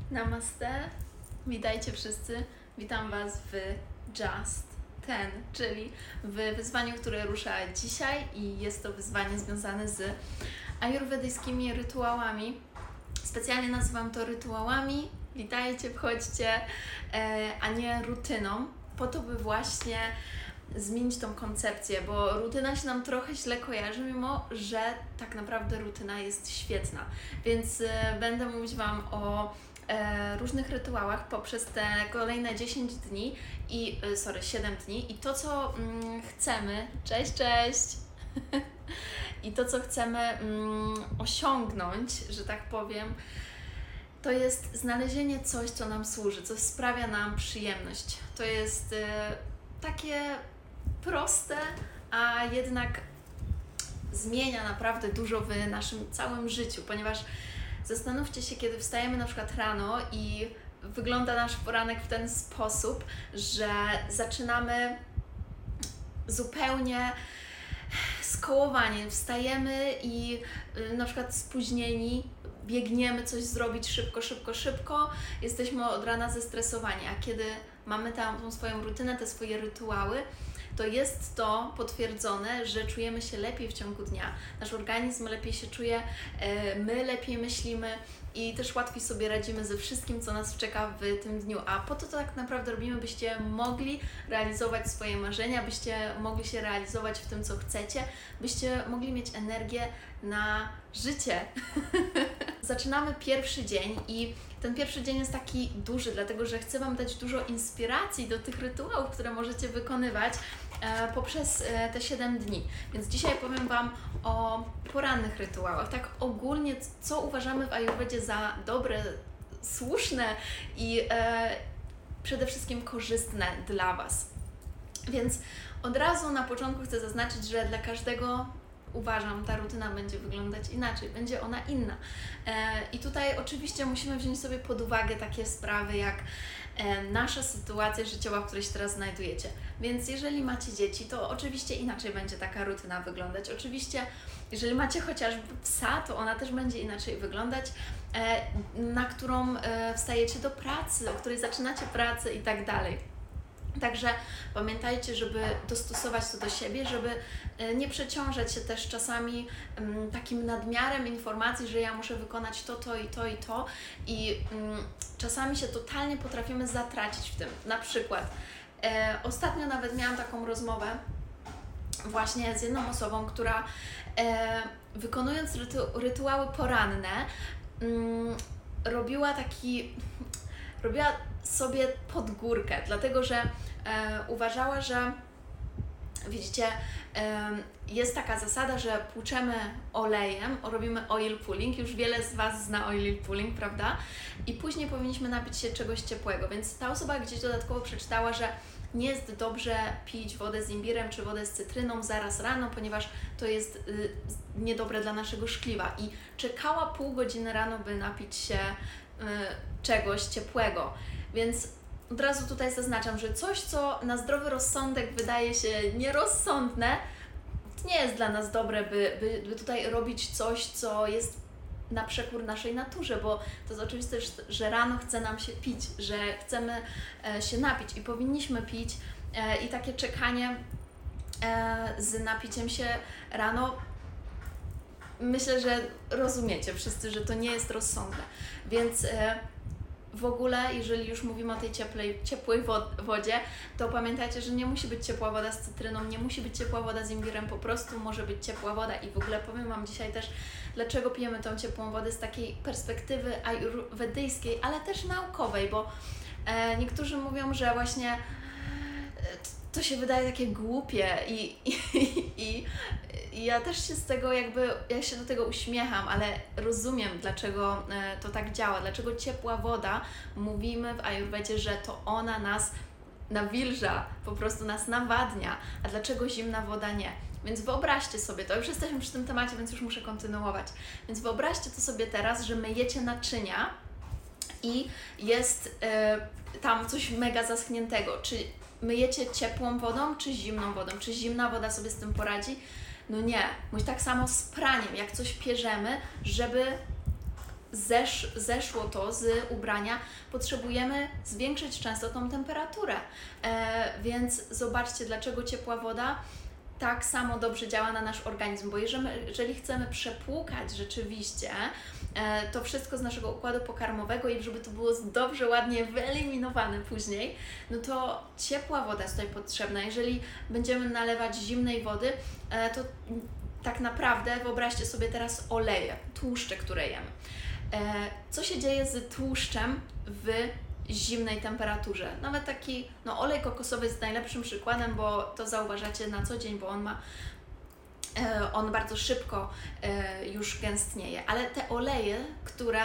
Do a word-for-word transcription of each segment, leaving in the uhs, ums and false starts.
Namaste, witajcie wszyscy. Witam Was w Just Ten, czyli w wyzwaniu, które rusza dzisiaj i jest to wyzwanie związane z ajurwedyjskimi rytuałami. Specjalnie nazywam to rytuałami, witajcie, wchodźcie, a nie rutyną, po to, by właśnie zmienić tą koncepcję, bo rutyna się nam trochę źle kojarzy, mimo że tak naprawdę rutyna jest świetna. Więc będę mówić Wam o E, różnych rytuałach poprzez te kolejne dziesięć dni i, e, sorry, siedem dni i to, co mm, chcemy, cześć, cześć, i to, co chcemy mm, osiągnąć, że tak powiem, to jest znalezienie coś, co nam służy, co sprawia nam przyjemność. To jest e, takie proste, a jednak zmienia naprawdę dużo w naszym całym życiu, ponieważ zastanówcie się, kiedy wstajemy na przykład rano i wygląda nasz poranek w ten sposób, że zaczynamy zupełnie skołowani, wstajemy i na przykład spóźnieni, biegniemy coś zrobić szybko, szybko, szybko, jesteśmy od rana zestresowani, a kiedy mamy tam tą swoją rutynę, te swoje rytuały, to jest to potwierdzone, że czujemy się lepiej w ciągu dnia. Nasz organizm lepiej się czuje, my lepiej myślimy i też łatwiej sobie radzimy ze wszystkim, co nas czeka w tym dniu. A po to to tak naprawdę robimy, byście mogli realizować swoje marzenia, byście mogli się realizować w tym, co chcecie, byście mogli mieć energię na życie. Zaczynamy pierwszy dzień i ten pierwszy dzień jest taki duży, dlatego że chcę Wam dać dużo inspiracji do tych rytuałów, które możecie wykonywać e, poprzez e, te siedem dni. Więc dzisiaj powiem Wam o porannych rytuałach, tak ogólnie, co uważamy w ajurwedzie za dobre, słuszne i e, przede wszystkim korzystne dla Was. Więc od razu na początku chcę zaznaczyć, że dla każdego, uważam, ta rutyna będzie wyglądać inaczej, będzie ona inna. E, I tutaj oczywiście musimy wziąć sobie pod uwagę takie sprawy jak e, nasza sytuacja życiowa, w której się teraz znajdujecie. Więc jeżeli macie dzieci, to oczywiście inaczej będzie taka rutyna wyglądać. Oczywiście, jeżeli macie chociażby psa, to ona też będzie inaczej wyglądać, e, na którą e, wstajecie do pracy, o której zaczynacie pracę i tak dalej. Także pamiętajcie, żeby dostosować to do siebie, żeby nie przeciążać się też czasami um, takim nadmiarem informacji, że ja muszę wykonać to, to i to i to i um, czasami się totalnie potrafimy zatracić w tym. Na przykład e, ostatnio nawet miałam taką rozmowę właśnie z jedną osobą, która e, wykonując rytu, rytuały poranne um, robiła taki... robiła sobie pod górkę, dlatego że e, uważała, że widzicie, e, jest taka zasada, że płuczemy olejem, robimy oil pulling, już wiele z Was zna oil pulling, prawda? I później powinniśmy napić się czegoś ciepłego, więc ta osoba gdzieś dodatkowo przeczytała, że nie jest dobrze pić wodę z imbirem czy wodę z cytryną zaraz rano, ponieważ to jest y, niedobre dla naszego szkliwa i czekała pół godziny rano, by napić się y, czegoś ciepłego. Więc od razu tutaj zaznaczam, że coś, co na zdrowy rozsądek wydaje się nierozsądne, nie jest dla nas dobre, by, by, by tutaj robić coś, co jest na przekór naszej naturze, bo to jest oczywiste, że rano chce nam się pić, że chcemy e, się napić i powinniśmy pić e, i takie czekanie e, z napiciem się rano, myślę, że rozumiecie wszyscy, że to nie jest rozsądne, więc e, w ogóle, jeżeli już mówimy o tej cieplej, ciepłej wodzie, to pamiętajcie, że nie musi być ciepła woda z cytryną, nie musi być ciepła woda z imbirem, po prostu może być ciepła woda i w ogóle powiem Wam dzisiaj też, dlaczego pijemy tą ciepłą wodę z takiej perspektywy ajurwedyjskiej, ale też naukowej, bo e, niektórzy mówią, że właśnie e, to się wydaje takie głupie i, i, i, i ja też się z tego jakby, ja się do tego uśmiecham, ale rozumiem, dlaczego e, to tak działa, dlaczego ciepła woda, mówimy w ajurwedzie, że to ona nas nawilża, po prostu nas nawadnia, a dlaczego zimna woda nie? Więc wyobraźcie sobie to, już jesteśmy przy tym temacie, więc już muszę kontynuować, więc wyobraźcie to sobie teraz, że myjecie naczynia i jest e, tam coś mega zaschniętego, czy myjecie ciepłą wodą, czy zimną wodą? Czy zimna woda sobie z tym poradzi? No nie. Bądź tak samo z praniem, jak coś pierzemy, żeby zesz, zeszło to z ubrania, potrzebujemy zwiększyć często tą temperaturę. E, więc zobaczcie, dlaczego ciepła woda tak samo dobrze działa na nasz organizm, bo jeżeli, jeżeli chcemy przepłukać rzeczywiście e, to wszystko z naszego układu pokarmowego i żeby to było dobrze, ładnie wyeliminowane później, no to ciepła woda jest tutaj potrzebna. Jeżeli będziemy nalewać zimnej wody, e, to tak naprawdę wyobraźcie sobie teraz oleje, tłuszcze, które jemy. E, co się dzieje z tłuszczem w zimnej temperaturze? Nawet taki no, olej kokosowy jest najlepszym przykładem, bo to zauważacie na co dzień, bo on ma e, on bardzo szybko e, już gęstnieje, ale te oleje, które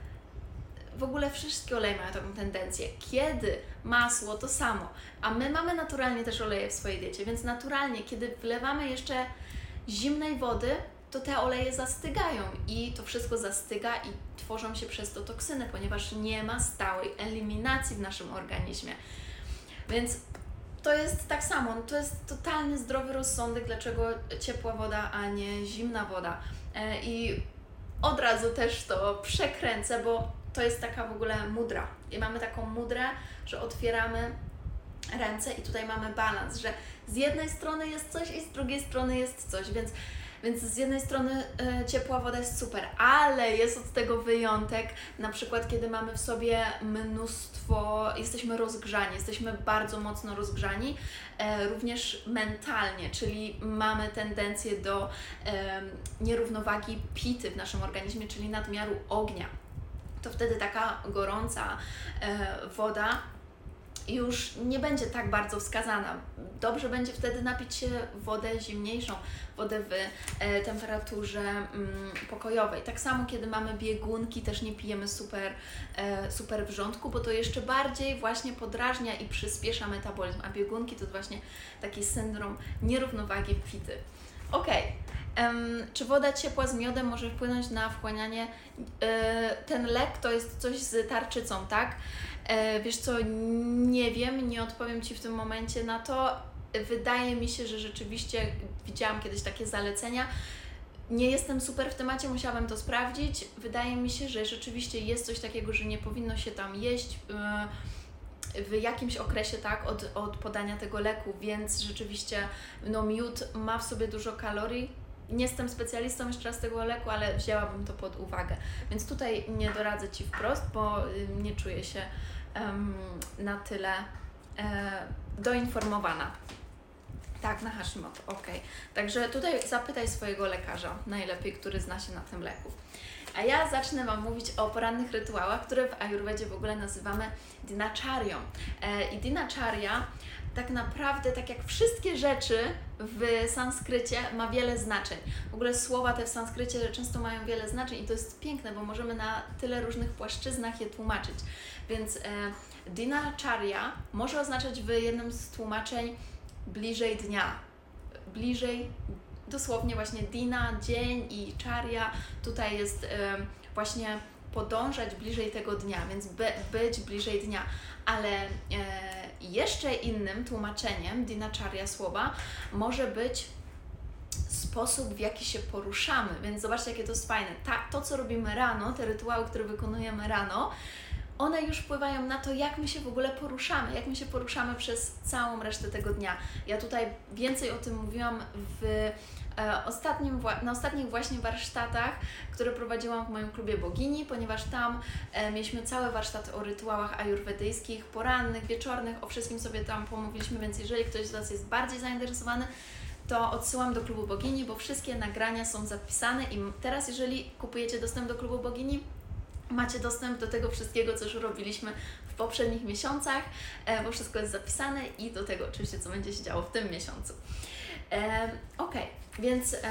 w ogóle wszystkie oleje mają taką tendencję, kiedy masło to samo, a my mamy naturalnie też oleje w swojej diecie, więc naturalnie, kiedy wlewamy jeszcze zimnej wody, to te oleje zastygają i to wszystko zastyga i tworzą się przez to toksyny, ponieważ nie ma stałej eliminacji w naszym organizmie. Więc to jest tak samo, to jest totalnie zdrowy rozsądek, dlaczego ciepła woda, a nie zimna woda. I od razu też to przekręcę, bo to jest taka w ogóle mudra. I mamy taką mudrę, że otwieramy ręce i tutaj mamy balans, że z jednej strony jest coś i z drugiej strony jest coś, więc Więc z jednej strony y, ciepła woda jest super, ale jest od tego wyjątek, na przykład kiedy mamy w sobie mnóstwo, jesteśmy rozgrzani, jesteśmy bardzo mocno rozgrzani, e, również mentalnie, czyli mamy tendencję do e, nierównowagi pity w naszym organizmie, czyli nadmiaru ognia. To wtedy taka gorąca e, woda już nie będzie tak bardzo wskazana. Dobrze będzie wtedy napić się wodę zimniejszą, wodę w e, temperaturze mm, pokojowej. Tak samo, kiedy mamy biegunki, też nie pijemy super, e, super wrzątku, bo to jeszcze bardziej właśnie podrażnia i przyspiesza metabolizm, a biegunki to właśnie taki syndrom nierównowagi pity. Ok, um, czy woda ciepła z miodem może wpłynąć na wchłanianie? E, ten lek to jest coś z tarczycą, tak? E, wiesz co, nie wiem, nie odpowiem Ci w tym momencie na to. Wydaje mi się, że rzeczywiście widziałam kiedyś takie zalecenia. Nie jestem super w temacie, musiałabym to sprawdzić. Wydaje mi się, że rzeczywiście jest coś takiego, że nie powinno się tam jeść yy, w jakimś okresie, tak, od, od podania tego leku, więc rzeczywiście no, miód ma w sobie dużo kalorii. Nie jestem specjalistą jeszcze raz tego leku, ale wzięłabym to pod uwagę. Więc tutaj nie doradzę Ci wprost, bo yy, nie czuję się um, na tyle yy, doinformowana. Tak, na Hashimoto, ok. Także tutaj zapytaj swojego lekarza, najlepiej, który zna się na tym leku. A ja zacznę Wam mówić o porannych rytuałach, które w Ajurwedzie w ogóle nazywamy dinacharyą. E, I dinacharya tak naprawdę, tak jak wszystkie rzeczy w sanskrycie, ma wiele znaczeń. W ogóle słowa te w sanskrycie często mają wiele znaczeń i to jest piękne, bo możemy na tyle różnych płaszczyznach je tłumaczyć. Więc e, dinacharya może oznaczać w jednym z tłumaczeń bliżej dnia, bliżej, dosłownie właśnie dina, dzień i charya, tutaj jest y, właśnie podążać bliżej tego dnia, więc by, być bliżej dnia, ale y, jeszcze innym tłumaczeniem dinacharya słowa może być sposób, w jaki się poruszamy, więc zobaczcie, jakie to jest fajne. Ta, to, co robimy rano, te rytuały, które wykonujemy rano, one już wpływają na to, jak my się w ogóle poruszamy, jak my się poruszamy przez całą resztę tego dnia. Ja tutaj więcej o tym mówiłam w e, ostatnim, na ostatnich właśnie warsztatach, które prowadziłam w moim klubie Bogini, ponieważ tam e, mieliśmy całe warsztaty o rytuałach ajurwedyjskich, porannych, wieczornych, o wszystkim sobie tam pomówiliśmy, więc jeżeli ktoś z Was jest bardziej zainteresowany, to odsyłam do klubu Bogini, bo wszystkie nagrania są zapisane i teraz, jeżeli kupujecie dostęp do klubu Bogini, macie dostęp do tego wszystkiego, co już robiliśmy w poprzednich miesiącach, e, bo wszystko jest zapisane i do tego oczywiście, co będzie się działo w tym miesiącu. E, ok, więc e,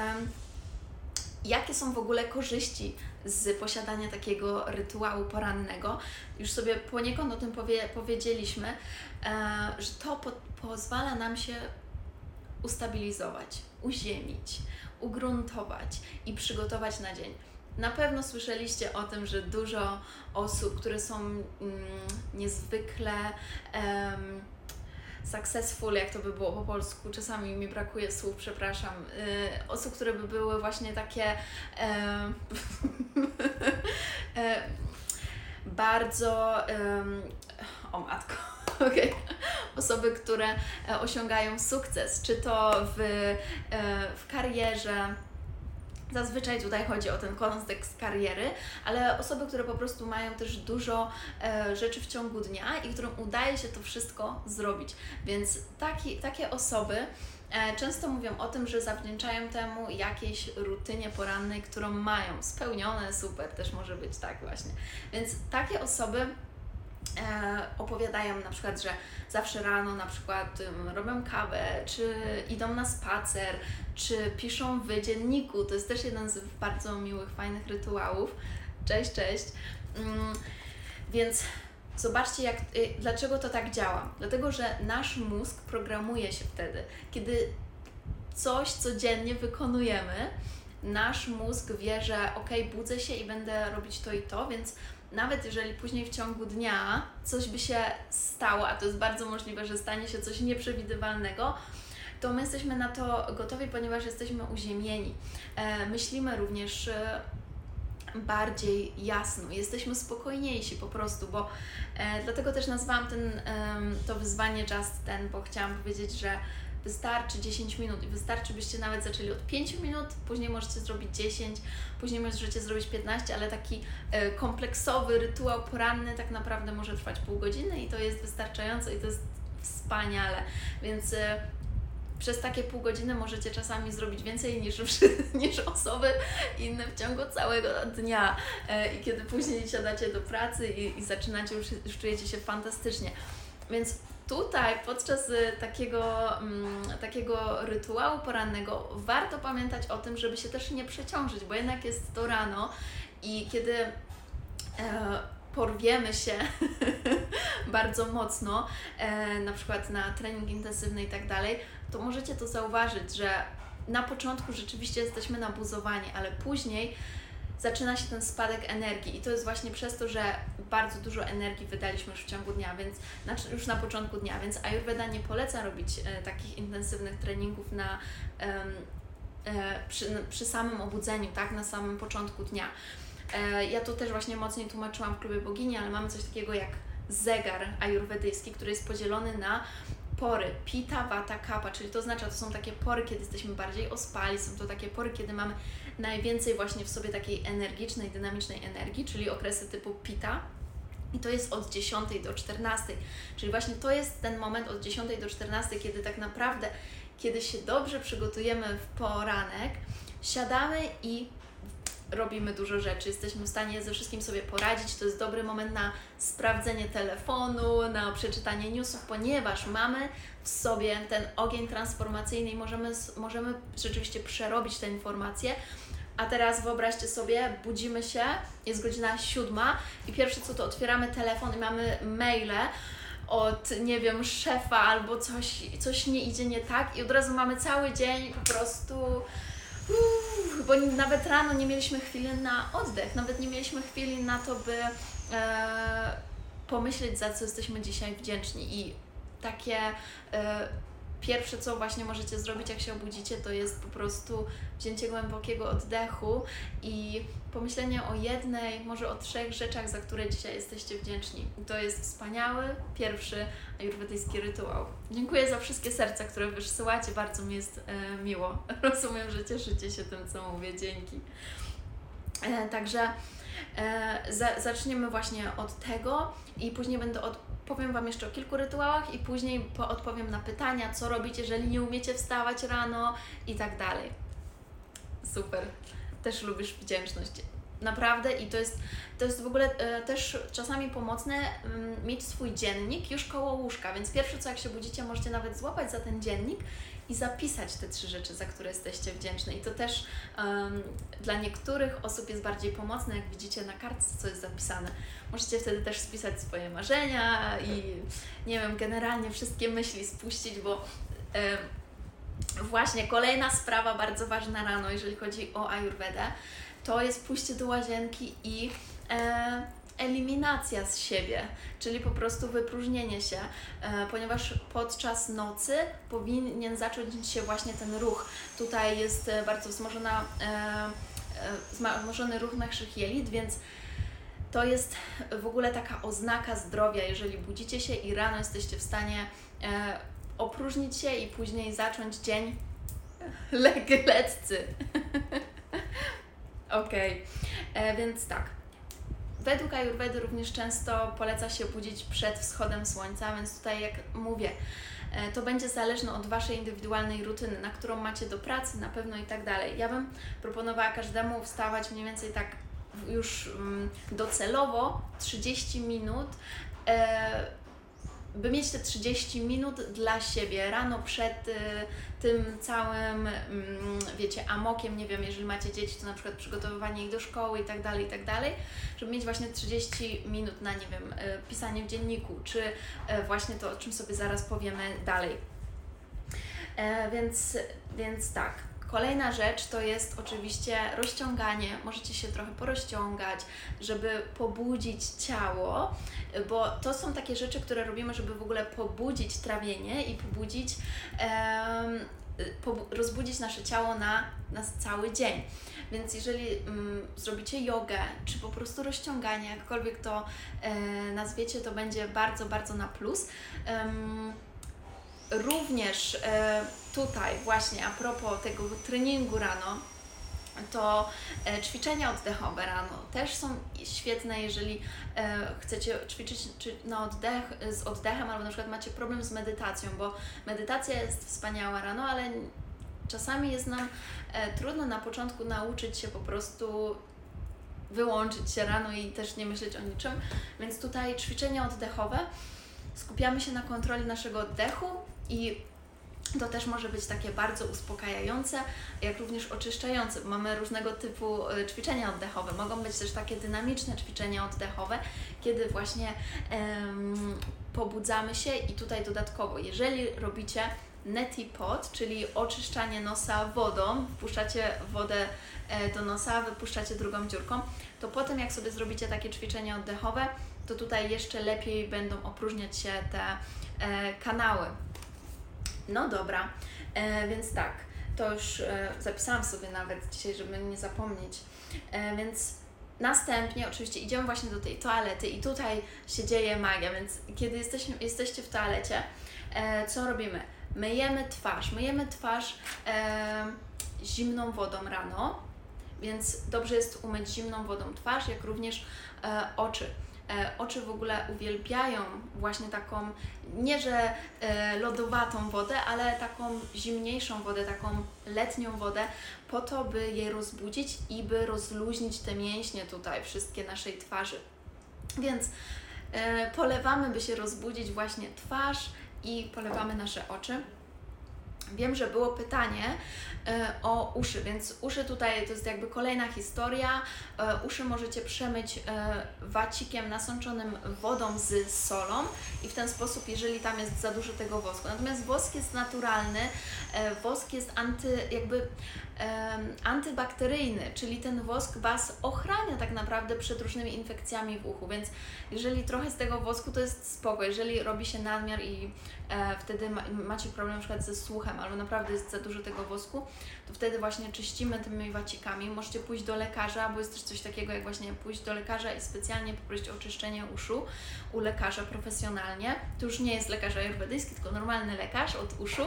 jakie są w ogóle korzyści z posiadania takiego rytuału porannego? Już sobie poniekąd o tym powie, powiedzieliśmy, e, że to po, pozwala nam się ustabilizować, uziemić, ugruntować i przygotować na dzień. Na pewno słyszeliście o tym, że dużo osób, które są mm, niezwykle um, successful, jak to by było po polsku, czasami mi brakuje słów, przepraszam, y, osób, które by były właśnie takie y, E, bardzo, um, o matko, okej, okay. Osoby, które e, osiągają sukces, czy to w, e, w karierze. Zazwyczaj tutaj chodzi o ten kontekst kariery, ale osoby, które po prostu mają też dużo e, rzeczy w ciągu dnia i którym udaje się to wszystko zrobić. Więc taki, takie osoby e, często mówią o tym, że zawdzięczają temu jakiejś rutynie porannej, którą mają. Spełnione, super, też może być tak właśnie. Więc takie osoby E, opowiadają na przykład, że zawsze rano na przykład um, robią kawę, czy idą na spacer, czy piszą w dzienniku. To jest też jeden z bardzo miłych, fajnych rytuałów. Cześć, cześć. Um, więc zobaczcie, jak, y, dlaczego to tak działa. Dlatego, że nasz mózg programuje się wtedy, kiedy coś codziennie wykonujemy. Nasz mózg wie, że ok, budzę się i będę robić to i to, więc nawet jeżeli później w ciągu dnia coś by się stało, a to jest bardzo możliwe, że stanie się coś nieprzewidywalnego, to my jesteśmy na to gotowi, ponieważ jesteśmy uziemieni. E, myślimy również e, bardziej jasno, jesteśmy spokojniejsi po prostu, bo e, dlatego też nazwałam ten, e, to wyzwanie Just Ten, bo chciałam powiedzieć, że wystarczy dziesięć minut i wystarczy, byście nawet zaczęli od pięciu minut, później możecie zrobić dziesięć, później możecie zrobić piętnaście, ale taki e, kompleksowy rytuał poranny tak naprawdę może trwać pół godziny i to jest wystarczająco i to jest wspaniale, więc e, przez takie pół godziny możecie czasami zrobić więcej niż, niż osoby inne w ciągu całego dnia e, i kiedy później siadacie do pracy i, i zaczynacie, już, już czujecie się fantastycznie, więc tutaj podczas takiego, mm, takiego rytuału porannego warto pamiętać o tym, żeby się też nie przeciążyć, bo jednak jest to rano i kiedy e, porwiemy się bardzo mocno, e, na przykład na trening intensywny i tak dalej, to możecie to zauważyć, że na początku rzeczywiście jesteśmy nabuzowani, ale później zaczyna się ten spadek energii i to jest właśnie przez to, że bardzo dużo energii wydaliśmy już w ciągu dnia, więc znaczy już na początku dnia, więc Ayurveda nie poleca robić e, takich intensywnych treningów na, e, e, przy, przy samym obudzeniu, tak, na samym początku dnia. E, ja to też właśnie mocniej tłumaczyłam w Klubie Bogini, ale mamy coś takiego jak zegar ajurwedyjski, który jest podzielony na pory Pitta, Vata, Kapha, czyli to oznacza, to są takie pory, kiedy jesteśmy bardziej ospali, są to takie pory, kiedy mamy najwięcej właśnie w sobie takiej energicznej, dynamicznej energii, czyli okresy typu Pitta i to jest od dziesiątej do czternastej, czyli właśnie to jest ten moment od dziesiątej do czternastej, kiedy tak naprawdę, kiedy się dobrze przygotujemy w poranek, siadamy i robimy dużo rzeczy, jesteśmy w stanie ze wszystkim sobie poradzić, to jest dobry moment na sprawdzenie telefonu, na przeczytanie newsów, ponieważ mamy w sobie ten ogień transformacyjny i możemy, możemy rzeczywiście przerobić te informacje. A teraz wyobraźcie sobie, budzimy się, jest godzina siódma i pierwsze co to otwieramy telefon i mamy maile od, nie wiem, szefa albo coś, coś nie idzie nie tak i od razu mamy cały dzień po prostu... Uff, bo nawet rano nie mieliśmy chwili na oddech, nawet nie mieliśmy chwili na to, by e, pomyśleć, za co jesteśmy dzisiaj wdzięczni i takie e, pierwsze, co właśnie możecie zrobić, jak się obudzicie, to jest po prostu wzięcie głębokiego oddechu i pomyślenie o jednej, może o trzech rzeczach, za które dzisiaj jesteście wdzięczni. I to jest wspaniały, pierwszy ajurwedyjski rytuał. Dziękuję za wszystkie serca, które wysyłacie, bardzo mi jest e, miło. Rozumiem, że cieszycie się tym, co mówię. Dzięki. E, także e, za, zaczniemy właśnie od tego i później będę od powiem Wam jeszcze o kilku rytuałach i później po odpowiem na pytania, co robić, jeżeli nie umiecie wstawać rano i tak dalej. Super. Też lubisz wdzięczność. Naprawdę i to jest, to jest w ogóle e, też czasami pomocne m, mieć swój dziennik już koło łóżka, więc pierwsze co jak się budzicie, możecie nawet złapać za ten dziennik i zapisać te trzy rzeczy, za które jesteście wdzięczni. I to też um, dla niektórych osób jest bardziej pomocne, jak widzicie na kartce, co jest zapisane. Możecie wtedy też spisać swoje marzenia i nie wiem, generalnie wszystkie myśli spuścić, bo e, właśnie kolejna sprawa bardzo ważna rano, jeżeli chodzi o Ayurvedę, to jest pójście do łazienki i e, eliminacja z siebie, czyli po prostu wypróżnienie się, e, ponieważ podczas nocy powinien zacząć się właśnie ten ruch. Tutaj jest bardzo wzmożona, e, e, wzmożony ruch naszych jelit, więc to jest w ogóle taka oznaka zdrowia, jeżeli budzicie się i rano jesteście w stanie e, opróżnić się i później zacząć dzień lek leccy. Okej, okay. Więc tak. Według Ajurwedy również często poleca się budzić przed wschodem słońca, więc tutaj jak mówię, to będzie zależne od Waszej indywidualnej rutyny, na którą macie do pracy, na pewno i tak dalej. Ja bym proponowała każdemu wstawać mniej więcej tak już docelowo trzydzieści minut, by mieć te trzydzieści minut dla siebie rano przed y, tym całym, mm, wiecie, amokiem, nie wiem, jeżeli macie dzieci, to na przykład przygotowywanie ich do szkoły i tak dalej, i tak dalej, żeby mieć właśnie trzydzieści minut na, nie wiem, y, pisanie w dzienniku, czy y, właśnie to, o czym sobie zaraz powiemy dalej. E, więc, więc tak. Kolejna rzecz to jest oczywiście rozciąganie. Możecie się trochę porozciągać, żeby pobudzić ciało, bo to są takie rzeczy, które robimy, żeby w ogóle pobudzić trawienie i pobudzić, em, po, rozbudzić nasze ciało na, na cały dzień. Więc jeżeli mm, zrobicie jogę, czy po prostu rozciąganie, jakkolwiek to e, nazwiecie, to będzie bardzo, bardzo na plus. Em, Również e, tutaj właśnie a propos tego treningu rano, to e, ćwiczenia oddechowe rano też są świetne, jeżeli e, chcecie ćwiczyć czy na oddech, z oddechem, albo na przykład macie problem z medytacją, bo medytacja jest wspaniała rano, ale czasami jest nam e, trudno na początku nauczyć się po prostu wyłączyć się rano i też nie myśleć o niczym, więc tutaj ćwiczenia oddechowe, skupiamy się na kontroli naszego oddechu i to też może być takie bardzo uspokajające, jak również oczyszczające. Mamy różnego typu ćwiczenia oddechowe. Mogą być też takie dynamiczne ćwiczenia oddechowe, kiedy właśnie em, pobudzamy się i tutaj dodatkowo, jeżeli robicie neti pot, czyli oczyszczanie nosa wodą, wpuszczacie wodę do nosa, wypuszczacie drugą dziurką, to potem jak sobie zrobicie takie ćwiczenia oddechowe, to tutaj jeszcze lepiej będą opróżniać się te e, kanały. No dobra, e, więc tak, to już e, zapisałam sobie nawet dzisiaj, żeby nie zapomnieć, e, więc następnie oczywiście idziemy właśnie do tej toalety i tutaj się dzieje magia, więc kiedy jesteśmy, jesteście w toalecie, e, co robimy? Myjemy twarz, myjemy twarz e, zimną wodą rano, więc dobrze jest umyć zimną wodą twarz, jak również e, oczy. E, oczy w ogóle uwielbiają właśnie taką, nie że e, lodowatą wodę, ale taką zimniejszą wodę, taką letnią wodę, po to, by je rozbudzić i by rozluźnić te mięśnie tutaj, wszystkie naszej twarzy. Więc e, polewamy, by się rozbudzić właśnie twarz i polewamy nasze oczy. Wiem, że było pytanie e, o uszy, więc uszy tutaj to jest jakby kolejna historia. E, uszy możecie przemyć e, wacikiem nasączonym wodą z solą i w ten sposób, jeżeli tam jest za dużo tego wosku. Natomiast wosk jest naturalny, e, wosk jest anty, jakby e, antybakteryjny, czyli ten wosk Was ochrania tak naprawdę przed różnymi infekcjami w uchu, więc jeżeli trochę z tego wosku, to jest spoko. Jeżeli robi się nadmiar i e, wtedy ma, macie problem na przykład ze słuchem, albo naprawdę jest za dużo tego wosku, to wtedy właśnie czyścimy tymi wacikami. Możecie pójść do lekarza, bo jest też coś takiego jak właśnie pójść do lekarza i specjalnie poprosić o czyszczenie uszu u lekarza profesjonalnie. To już nie jest lekarz ajurwedyjski, tylko normalny lekarz od uszu,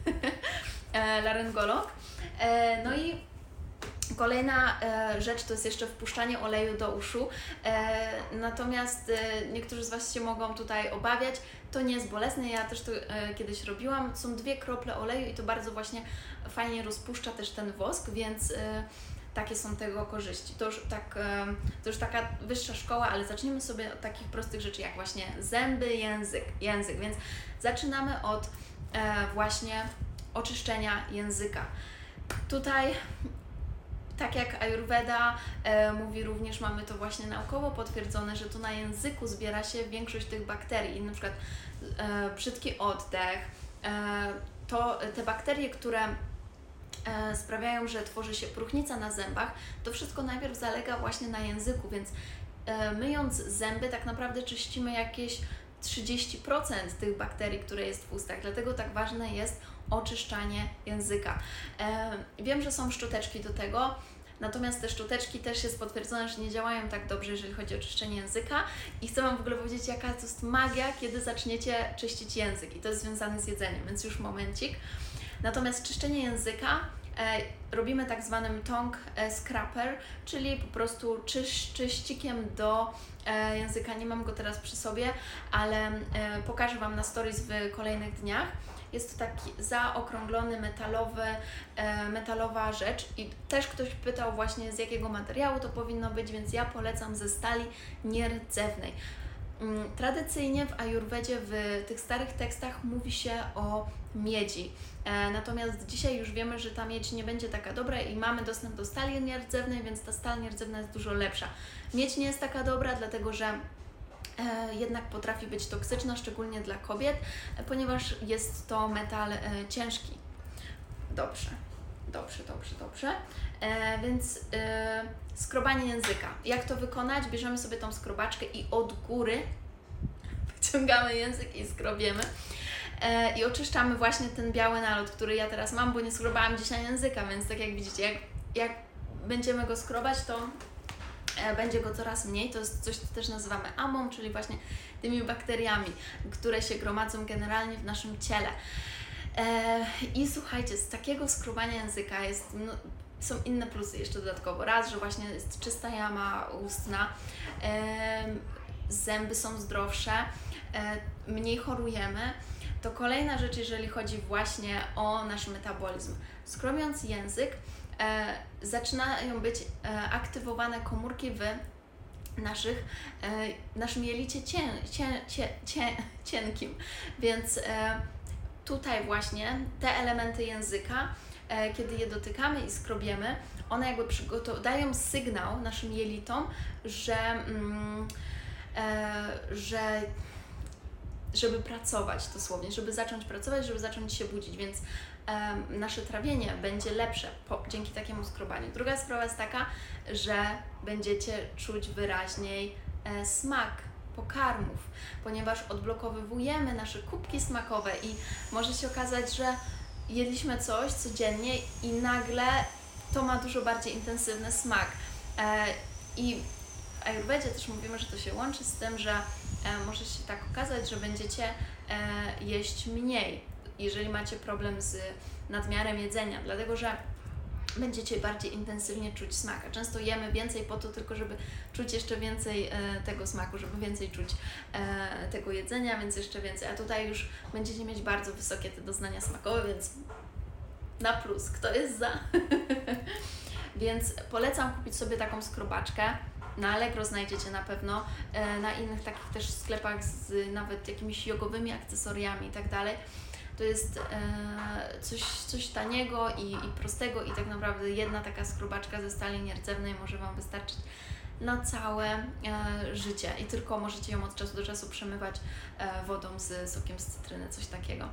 e, laryngolog. E, no i kolejna e, rzecz to jest jeszcze wpuszczanie oleju do uszu, e, natomiast e, niektórzy z Was się mogą tutaj obawiać, to nie jest bolesne, ja też to e, kiedyś robiłam, są dwie krople oleju i to bardzo właśnie fajnie rozpuszcza też ten wosk, więc e, takie są tego korzyści. To już, tak, e, to już taka wyższa szkoła, ale zacznijmy sobie od takich prostych rzeczy jak właśnie zęby, język, język. Więc zaczynamy od e, właśnie oczyszczenia języka. Tutaj tak jak Ajurweda e, mówi również, mamy to właśnie naukowo potwierdzone, że tu na języku zbiera się większość tych bakterii, na przykład e, brzydki oddech, e, to te bakterie, które e, sprawiają, że tworzy się próchnica na zębach, to wszystko najpierw zalega właśnie na języku, więc e, myjąc zęby tak naprawdę czyścimy jakieś trzydzieści procent tych bakterii, które jest w ustach, dlatego tak ważne jest oczyszczanie języka. E, wiem, że są szczoteczki do tego, Natomiast te szczoteczki też jest potwierdzone, że nie działają tak dobrze, jeżeli chodzi o czyszczenie języka. I chcę Wam w ogóle powiedzieć, jaka to jest magia, kiedy zaczniecie czyścić język. I to jest związane z jedzeniem, więc już momencik. Natomiast czyszczenie języka e, robimy tak zwanym tongue scraper, czyli po prostu czyś, czyścikiem do e, języka. Nie mam go teraz przy sobie, ale e, pokażę Wam na stories w kolejnych dniach. Jest to taki zaokrąglony, metalowy, e, metalowa rzecz i też ktoś pytał właśnie z jakiego materiału to powinno być, więc ja polecam ze stali nierdzewnej. Mm, tradycyjnie w ajurwedzie, w tych starych tekstach mówi się o miedzi, e, natomiast dzisiaj już wiemy, że ta miedź nie będzie taka dobra i mamy dostęp do stali nierdzewnej, więc ta stal nierdzewna jest dużo lepsza. Miedź nie jest taka dobra, dlatego że E, jednak potrafi być toksyczna, szczególnie dla kobiet, e, ponieważ jest to metal e, ciężki. Dobrze, dobrze, dobrze, dobrze. E, więc e, skrobanie języka. Jak to wykonać? Bierzemy sobie tą skrobaczkę i od góry wyciągamy język i skrobiemy. E, I oczyszczamy właśnie ten biały nalot, który ja teraz mam, bo nie skrobałam dzisiaj języka, więc tak jak widzicie, jak, jak będziemy go skrobać, to będzie go coraz mniej. To jest coś, co też nazywamy amą, czyli właśnie tymi bakteriami, które się gromadzą generalnie w naszym ciele. E, I słuchajcie, z takiego skrobania języka jest, no, są inne plusy jeszcze dodatkowo. Raz, że właśnie jest czysta jama ustna, e, zęby są zdrowsze, e, mniej chorujemy. To kolejna rzecz, jeżeli chodzi właśnie o nasz metabolizm. Skrobiąc język, E, zaczynają być e, aktywowane komórki w naszych, e, naszym jelicie cię, cię, cię, cię, cienkim, więc e, tutaj właśnie te elementy języka, e, kiedy je dotykamy i skrobiemy, one jakby dają sygnał naszym jelitom, że, mm, e, że żeby pracować dosłownie, żeby zacząć pracować, żeby zacząć się budzić, więc um, nasze trawienie będzie lepsze po, dzięki takiemu skrobaniu. Druga sprawa jest taka, że będziecie czuć wyraźniej e, smak pokarmów, ponieważ odblokowujemy nasze kubki smakowe i może się okazać, że jedliśmy coś codziennie i nagle to ma dużo bardziej intensywny smak. E, I w ajurwedzie też mówimy, że to się łączy z tym, że e, może się tak okazać, że będziecie e, jeść mniej, jeżeli macie problem z nadmiarem jedzenia, dlatego że będziecie bardziej intensywnie czuć smak. A często jemy więcej po to tylko, żeby czuć jeszcze więcej e, tego smaku, żeby więcej czuć e, tego jedzenia, więc jeszcze więcej. A tutaj już będziecie mieć bardzo wysokie te doznania smakowe, więc na plus. Kto jest za? Więc polecam kupić sobie taką skrobaczkę. Na Allegro znajdziecie na pewno, e, na innych takich też sklepach z nawet jakimiś jogowymi akcesoriami i tak dalej. To jest e, coś, coś taniego i, i prostego i tak naprawdę jedna taka skrobaczka ze stali nierdzewnej może Wam wystarczyć na całe e, życie i tylko możecie ją od czasu do czasu przemywać e, wodą z sokiem z cytryny, coś takiego.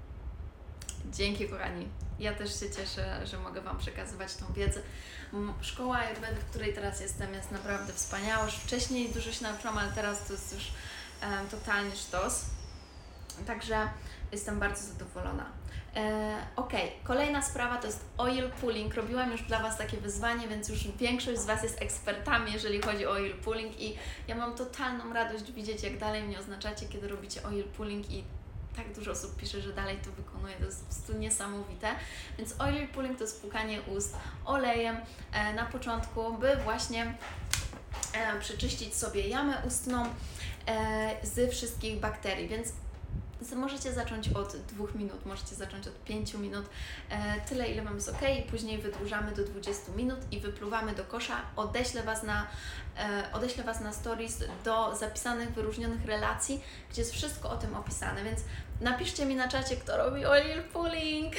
Dzięki kochani. Ja też się cieszę, że mogę Wam przekazywać tą wiedzę. Szkoła Ayurvedy, w której teraz jestem, jest naprawdę wspaniała. Już wcześniej dużo się nauczyłam, ale teraz to jest już e, totalnie sztos. Także jestem bardzo zadowolona. E, ok, kolejna sprawa to jest oil pulling. Robiłam już dla Was takie wyzwanie, więc już większość z Was jest ekspertami, jeżeli chodzi o oil pulling i ja mam totalną radość widzieć, jak dalej mnie oznaczacie, kiedy robicie oil pulling i tak dużo osób pisze, że dalej to wykonuje, to jest po prostu niesamowite. Więc oil pulling to jest płukanie ust olejem e, na początku, by właśnie e, przeczyścić sobie jamę ustną e, z wszystkich bakterii, więc możecie zacząć od dwóch minut, możecie zacząć od pięciu minut, e, tyle ile Wam jest ok, i później wydłużamy do dwudziestu minut i wypluwamy do kosza. Odeślę Was na, e, odeślę Was na stories do zapisanych, wyróżnionych relacji, gdzie jest wszystko o tym opisane, więc napiszcie mi na czacie, kto robi oil pulling.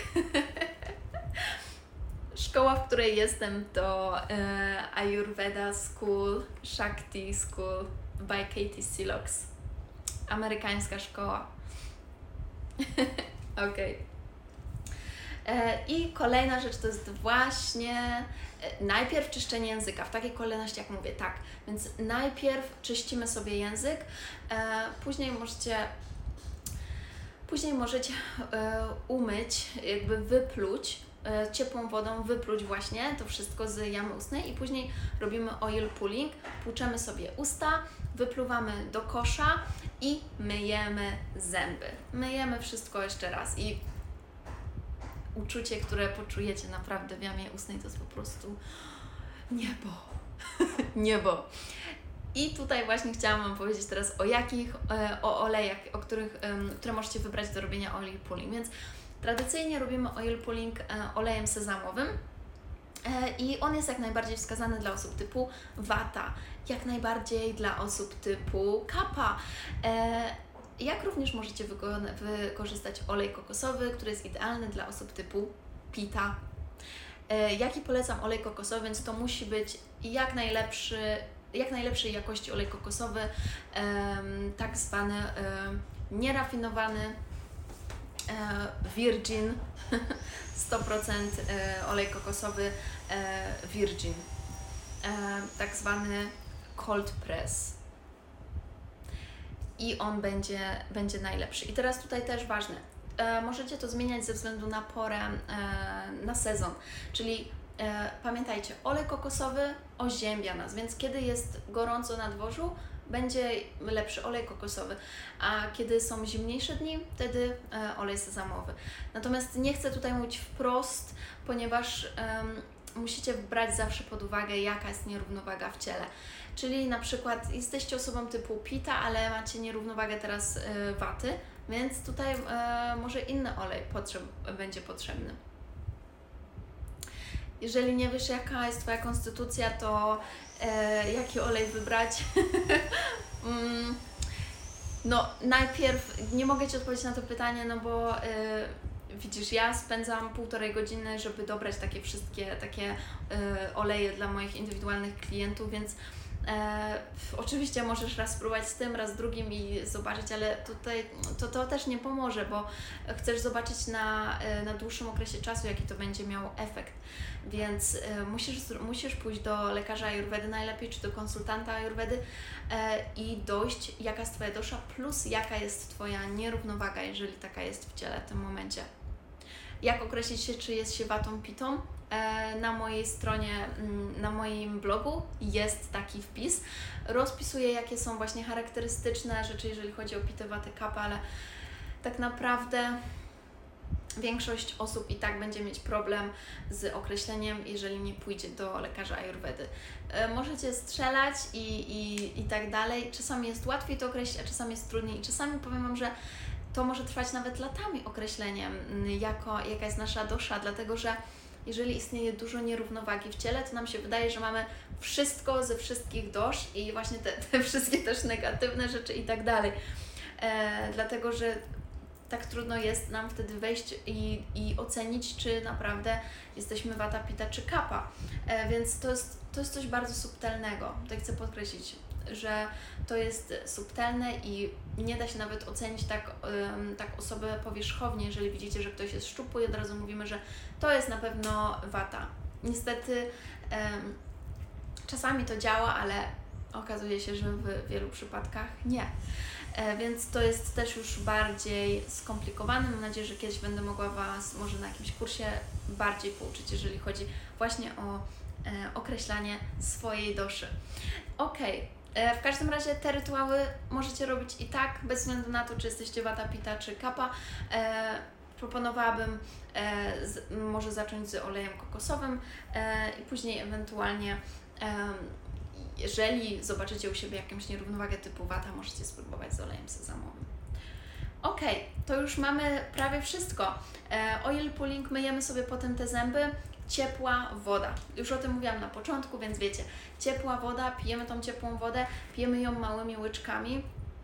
Szkoła, w której jestem, to e, Ayurveda School, Shakti School by Katie Silox. Amerykańska szkoła. Okej. Okay. I kolejna rzecz to jest właśnie e, najpierw czyszczenie języka, w takiej kolejności jak mówię, tak. Więc najpierw czyścimy sobie język, e, później możecie Później możecie e, umyć, jakby wypluć e, ciepłą wodą wypluć właśnie to wszystko z jamy ustnej i później robimy oil pulling, płuczemy sobie usta, wypluwamy do kosza i myjemy zęby. Myjemy wszystko jeszcze raz i uczucie, które poczujecie naprawdę w jamie ustnej, to jest po prostu niebo. Niebo. I tutaj właśnie chciałam Wam powiedzieć teraz o jakich, o olejach, o których, które możecie wybrać do robienia oil pulling. Więc tradycyjnie robimy oil pulling olejem sezamowym i on jest jak najbardziej wskazany dla osób typu Vata, jak najbardziej dla osób typu Kapha. Jak również możecie wykorzystać olej kokosowy, który jest idealny dla osób typu Pitta. Jaki polecam olej kokosowy, więc to musi być jak najlepszy, jak najlepszej jakości olej kokosowy, tak zwany nierafinowany, virgin, sto procent olej kokosowy virgin, tak zwany cold press. I on będzie, będzie najlepszy. I teraz tutaj też ważne, e, możecie to zmieniać ze względu na porę, e, na sezon, czyli e, pamiętajcie, olej kokosowy oziębia nas, więc kiedy jest gorąco na dworzu, będzie lepszy olej kokosowy, a kiedy są zimniejsze dni, wtedy e, olej sezamowy. Natomiast nie chcę tutaj mówić wprost, ponieważ e, musicie brać zawsze pod uwagę, jaka jest nierównowaga w ciele. Czyli na przykład jesteście osobą typu Pitta, ale macie nierównowagę teraz y, waty, więc tutaj y, może inny olej potrzeb, będzie potrzebny. Jeżeli nie wiesz, jaka jest Twoja konstytucja, to y, jaki olej wybrać? mm, no najpierw nie mogę Ci odpowiedzieć na to pytanie, no bo y, widzisz, ja spędzam półtorej godziny, żeby dobrać takie wszystkie takie y, oleje dla moich indywidualnych klientów, więc E, oczywiście możesz raz spróbować z tym, raz z drugim i zobaczyć, ale tutaj to, to też nie pomoże, bo chcesz zobaczyć na, na dłuższym okresie czasu, jaki to będzie miało efekt. Więc e, musisz, musisz pójść do lekarza ajurwedy najlepiej, czy do konsultanta ajurwedy e, i dojść, jaka jest Twoja dosza, plus jaka jest Twoja nierównowaga, jeżeli taka jest w ciele w tym momencie. Jak określić się, czy jest się watą, pitą? Na mojej stronie, na moim blogu jest taki wpis. Rozpisuję, jakie są właśnie charakterystyczne rzeczy, jeżeli chodzi o pitę, watę, kapę, ale tak naprawdę większość osób i tak będzie mieć problem z określeniem, jeżeli nie pójdzie do lekarza ajurwedy. Możecie strzelać i, i, i tak dalej. Czasami jest łatwiej to określić, a czasami jest trudniej. I czasami powiem Wam, że to może trwać nawet latami określeniem, jako, jaka jest nasza dosza, dlatego że jeżeli istnieje dużo nierównowagi w ciele, to nam się wydaje, że mamy wszystko ze wszystkich dosz i właśnie te, te wszystkie też negatywne rzeczy i tak dalej. E, dlatego, że tak trudno jest nam wtedy wejść i, i ocenić, czy naprawdę jesteśmy Vata, Pitta czy Kapha. E, więc to jest, to jest coś bardzo subtelnego. Tutaj chcę podkreślić, że to jest subtelne i nie da się nawet ocenić tak, um, tak osobę powierzchownie, jeżeli widzicie, że ktoś jest szczupły i od razu mówimy, że to jest na pewno Vata. Niestety um, czasami to działa, ale okazuje się, że w wielu przypadkach nie. E, więc to jest też już bardziej skomplikowane. Mam nadzieję, że kiedyś będę mogła Was może na jakimś kursie bardziej pouczyć, jeżeli chodzi właśnie o e, określanie swojej doszy. Okej. Okay. W każdym razie te rytuały możecie robić i tak, bez względu na to, czy jesteście Vata, Pitta czy Kapha. E, proponowałabym e, z, może zacząć z olejem kokosowym e, i później ewentualnie, e, jeżeli zobaczycie u siebie jakąś nierównowagę typu Vata, możecie spróbować z olejem sezamowym. Ok, to już mamy prawie wszystko. E, oil pulling, myjemy sobie potem te zęby. Ciepła woda. Już o tym mówiłam na początku, więc wiecie, ciepła woda, pijemy tą ciepłą wodę, pijemy ją małymi łyczkami,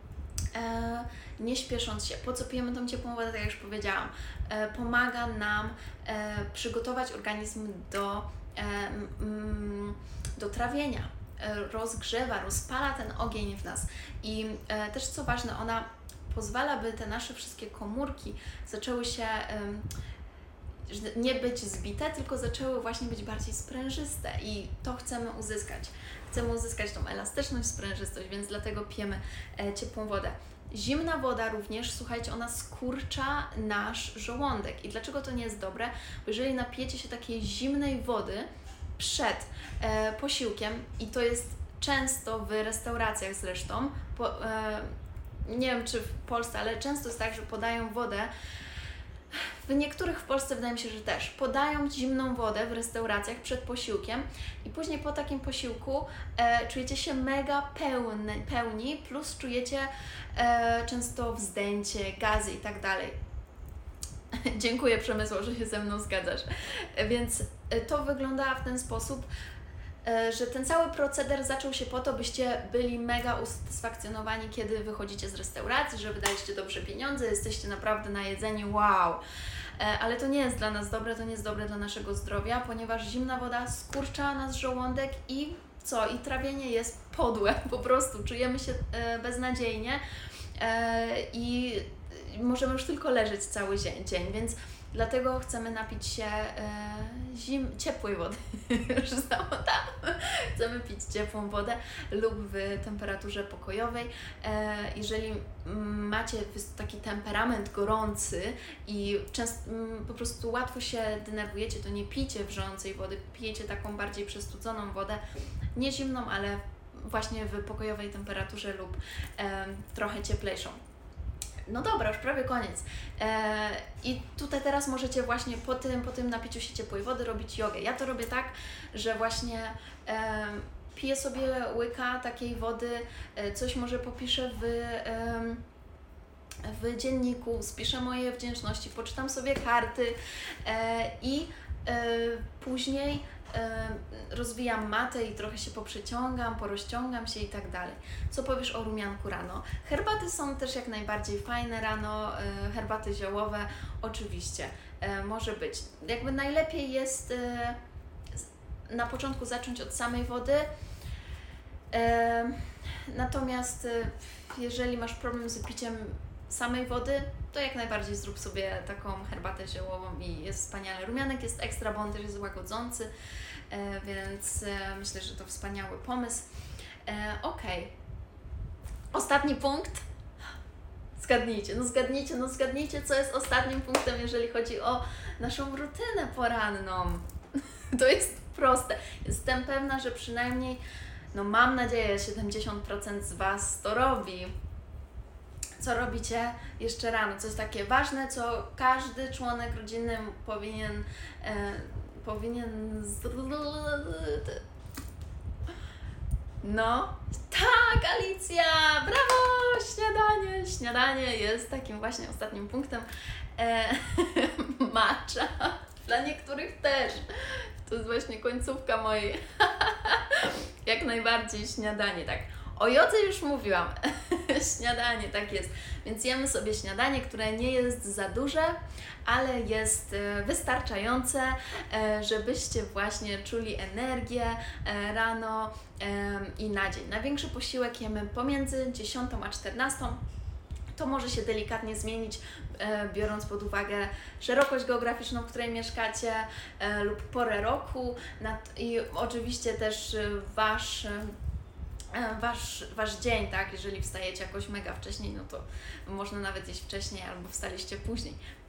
e, nie śpiesząc się. Po co pijemy tą ciepłą wodę, tak jak już powiedziałam? E, pomaga nam e, przygotować organizm do, e, mm, do trawienia, e, rozgrzewa, rozpala ten ogień w nas i e, też co ważne, ona pozwala, by te nasze wszystkie komórki zaczęły się e, nie być zbite, tylko zaczęły właśnie być bardziej sprężyste i to chcemy uzyskać. Chcemy uzyskać tą elastyczność, sprężystość, więc dlatego pijemy e, ciepłą wodę. Zimna woda również, słuchajcie, ona skurcza nasz żołądek. I dlaczego to nie jest dobre? Bo jeżeli napijecie się takiej zimnej wody przed e, posiłkiem, i to jest często w restauracjach zresztą, po, e, nie wiem czy w Polsce, ale często jest tak, że podają wodę. W niektórych w Polsce wydaje mi się, że też podają zimną wodę w restauracjach przed posiłkiem i później po takim posiłku e, czujecie się mega pełny, pełni, plus czujecie e, często wzdęcie, gazy i tak dalej. Dziękuję Przemysław, że się ze mną zgadzasz. E, więc e, to wygląda w ten sposób, e, że ten cały proceder zaczął się po to, byście byli mega usatysfakcjonowani, kiedy wychodzicie z restauracji, że wydaliście dobrze pieniądze, jesteście naprawdę najedzeni, wow! Ale to nie jest dla nas dobre, to nie jest dobre dla naszego zdrowia, ponieważ zimna woda skurcza nasz żołądek i co? I trawienie jest podłe, po prostu czujemy się e, beznadziejnie e, i możemy już tylko leżeć cały dzień, dzień więc dlatego chcemy napić się e, zim, ciepłej wody, już znowu tam, chcemy pić ciepłą wodę lub w temperaturze pokojowej. E, jeżeli macie taki temperament gorący i często m, po prostu łatwo się denerwujecie, to nie pijcie wrzącej wody, pijecie taką bardziej przestudzoną wodę, nie zimną, ale właśnie w pokojowej temperaturze lub e, trochę cieplejszą. No dobra, już prawie koniec. Eee, I tutaj teraz możecie właśnie po tym, po tym napiciu się ciepłej wody robić jogę. Ja to robię tak, że właśnie e, piję sobie łyka takiej wody, e, coś może popiszę w, e, w dzienniku, spiszę moje wdzięczności, poczytam sobie karty e, i e, później rozwijam matę i trochę się poprzeciągam, porozciągam się i tak dalej. Co powiesz o rumianku rano? Herbaty są też jak najbardziej fajne rano, herbaty ziołowe oczywiście, może być. Jakby najlepiej jest na początku zacząć od samej wody, natomiast jeżeli masz problem z piciem samej wody, to jak najbardziej zrób sobie taką herbatę ziołową i jest wspaniale. Rumianek jest ekstra, bo on też jest łagodzący, e, więc e, myślę, że to wspaniały pomysł. E, ok. Ostatni punkt. Zgadnijcie, no zgadnijcie, no zgadnijcie, co jest ostatnim punktem, jeżeli chodzi o naszą rutynę poranną. To jest proste. Jestem pewna, że przynajmniej, no mam nadzieję, siedemdziesiąt procent z Was to robi. Co robicie jeszcze rano, co jest takie ważne, co każdy członek rodziny powinien, e, powinien z... No, tak, Alicja, brawo, śniadanie, śniadanie jest takim właśnie ostatnim punktem. E, matcha, dla niektórych też, to jest właśnie końcówka mojej, jak najbardziej śniadanie, tak. O jodze już mówiłam, śniadanie, tak jest, więc jemy sobie śniadanie, które nie jest za duże, ale jest wystarczające, żebyście właśnie czuli energię rano i na dzień. Największy posiłek jemy pomiędzy dziesiątą a czternastą. To może się delikatnie zmienić, biorąc pod uwagę szerokość geograficzną, w której mieszkacie lub porę roku i oczywiście też Wasz Wasz, wasz dzień, tak? Jeżeli wstajecie jakoś mega wcześniej, no to można nawet jeść wcześniej albo wstaliście później.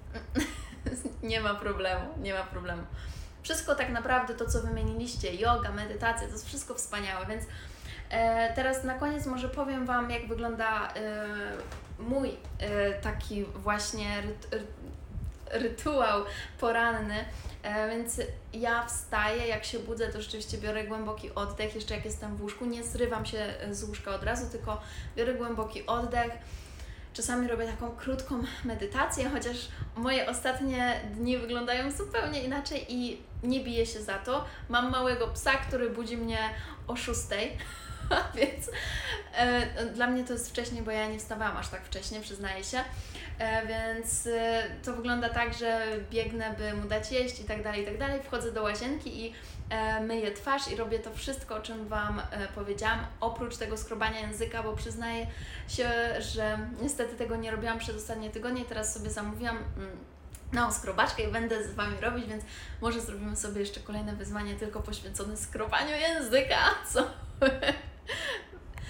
Nie ma problemu, nie ma problemu. Wszystko tak naprawdę to, co wymieniliście, yoga, medytacja, to jest wszystko wspaniałe, więc e, teraz na koniec może powiem Wam, jak wygląda e, mój e, taki właśnie ryt, ry, rytuał poranny. E, więc ja wstaję, jak się budzę, to rzeczywiście biorę głęboki oddech, jeszcze jak jestem w łóżku, nie zrywam się z łóżka od razu, tylko biorę głęboki oddech. Czasami robię taką krótką medytację, chociaż moje ostatnie dni wyglądają zupełnie inaczej i nie biję się za to. Mam małego psa, który budzi mnie o szóstej, więc e, dla mnie to jest wcześniej, bo ja nie wstawałam aż tak wcześnie, przyznaję się. E, więc e, to wygląda tak, że biegnę, by mu dać jeść i tak dalej, i tak dalej. Wchodzę do łazienki i e, myję twarz i robię to wszystko, o czym Wam e, powiedziałam, oprócz tego skrobania języka, bo przyznaję się, że niestety tego nie robiłam przez ostatnie tygodnie, teraz sobie zamówiłam mm, no, skrobaczkę i będę z Wami robić, więc może zrobimy sobie jeszcze kolejne wyzwanie tylko poświęcone skrobaniu języka, co?